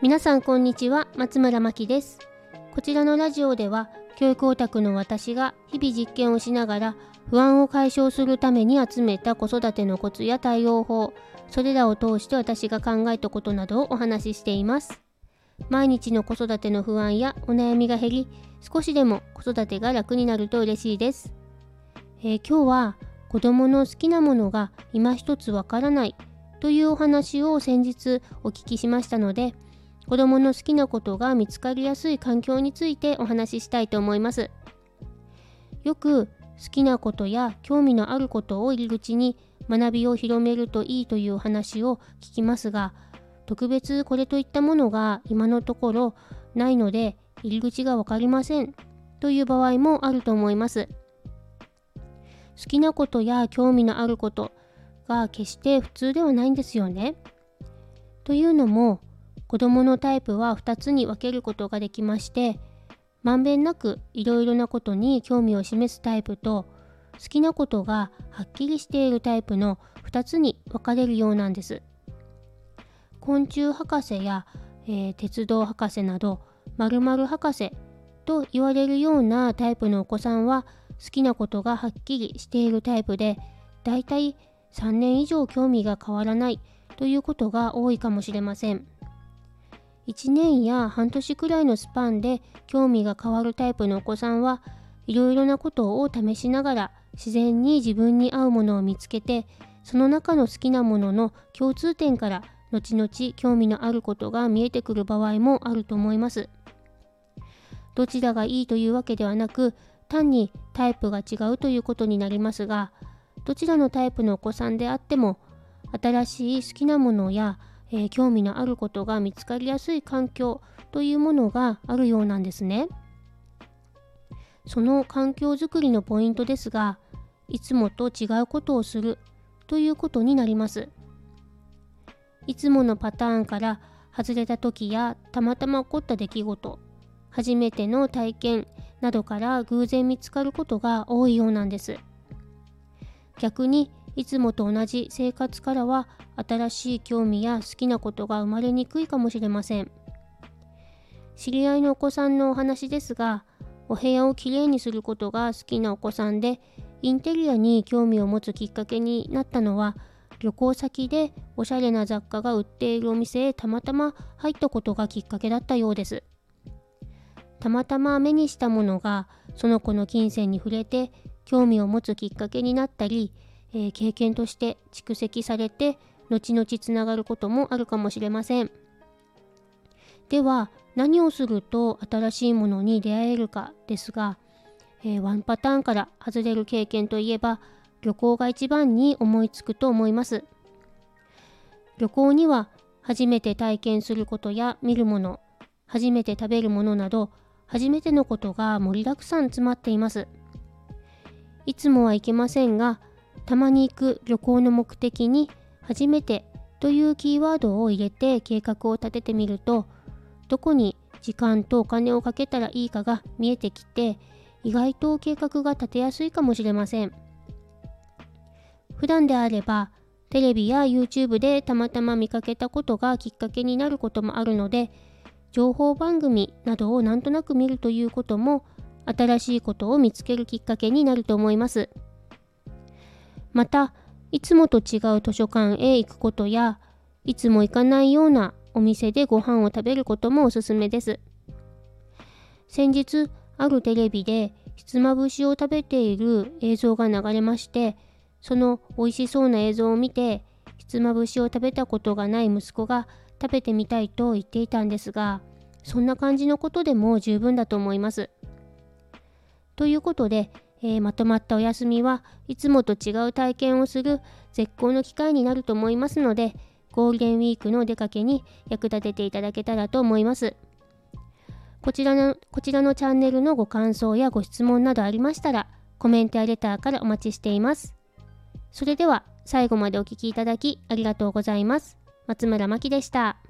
皆さんこんにちは、松村真希です。こちらのラジオでは教育オタクの私が日々実験をしながら不安を解消するために集めた子育てのコツや対応法、それらを通して私が考えたことなどをお話ししています。毎日の子育ての不安やお悩みが減り、少しでも子育てが楽になると嬉しいです。今日は子供の好きなものが今一つわからないというお話を先日お聞きしましたので、子供の好きなことが見つかりやすい環境についてお話ししたいと思います。よく好きなことや興味のあることを入り口に学びを広めるといいという話を聞きますが、特別これといったものが今のところないので入り口がわかりませんという場合もあると思います。好きなことや興味のあることが決して普通ではないんですよね。というのも、子どものタイプは2つに分けることができまして、まんべんなくいろいろなことに興味を示すタイプと、好きなことがはっきりしているタイプの2つに分かれるようなんです。昆虫博士や、鉄道博士など〇〇博士と言われるようなタイプのお子さんは好きなことがはっきりしているタイプで、だいたい3年以上興味が変わらないということが多いかもしれません。1年や半年くらいのスパンで興味が変わるタイプのお子さんはいろいろなことを試しながら自然に自分に合うものを見つけて、その中の好きなものの共通点から後々興味のあることが見えてくる場合もあると思います。どちらがいいというわけではなく、単にタイプが違うということになりますが、どちらのタイプのお子さんであっても新しい好きなものや興味のあることが見つかりやすい環境というものがあるようなんですね。その環境づくりのポイントですが、いつもと違うことをするということになります。いつものパターンから外れた時やたまたま起こった出来事、初めての体験などから偶然見つかることが多いようなんです。逆にいつもと同じ生活からは新しい興味や好きなことが生まれにくいかもしれません。知り合いのお子さんのお話ですが、お部屋をきれいにすることが好きなお子さんで、インテリアに興味を持つきっかけになったのは、旅行先でおしゃれな雑貨が売っているお店へたまたま入ったことがきっかけだったようです。たまたま目にしたものがその子の金銭に触れて興味を持つきっかけになったり、経験として蓄積されて後々つながることもあるかもしれません。では何をすると新しいものに出会えるかですが、ワンパターンから外れる経験といえば旅行が一番に思いつくと思います。旅行には初めて体験することや見るもの、初めて食べるものなど初めてのことが盛りだくさん詰まっています。いつもは行けませんが、たまに行く旅行の目的に初めてというキーワードを入れて計画を立ててみると、どこに時間とお金をかけたらいいかが見えてきて、意外と計画が立てやすいかもしれません。普段であればテレビや YouTube でたまたま見かけたことがきっかけになることもあるので、情報番組などをなんとなく見るということも新しいことを見つけるきっかけになると思います。また、いつもと違う図書館へ行くことや、いつも行かないようなお店でご飯を食べることもおすすめです。先日、あるテレビでひつまぶしを食べている映像が流れまして、その美味しそうな映像を見て、ひつまぶしを食べたことがない息子が食べてみたいと言っていたんですが、そんな感じのことでも十分だと思います。ということで、まとまったお休みはいつもと違う体験をする絶好の機会になると思いますので、ゴールデンウィークの出かけに役立てていただけたらと思います。こちらのチャンネルのご感想やご質問などありましたら、コメントやレターからお待ちしています。それでは最後までお聞きいただきありがとうございます。松村真希でした。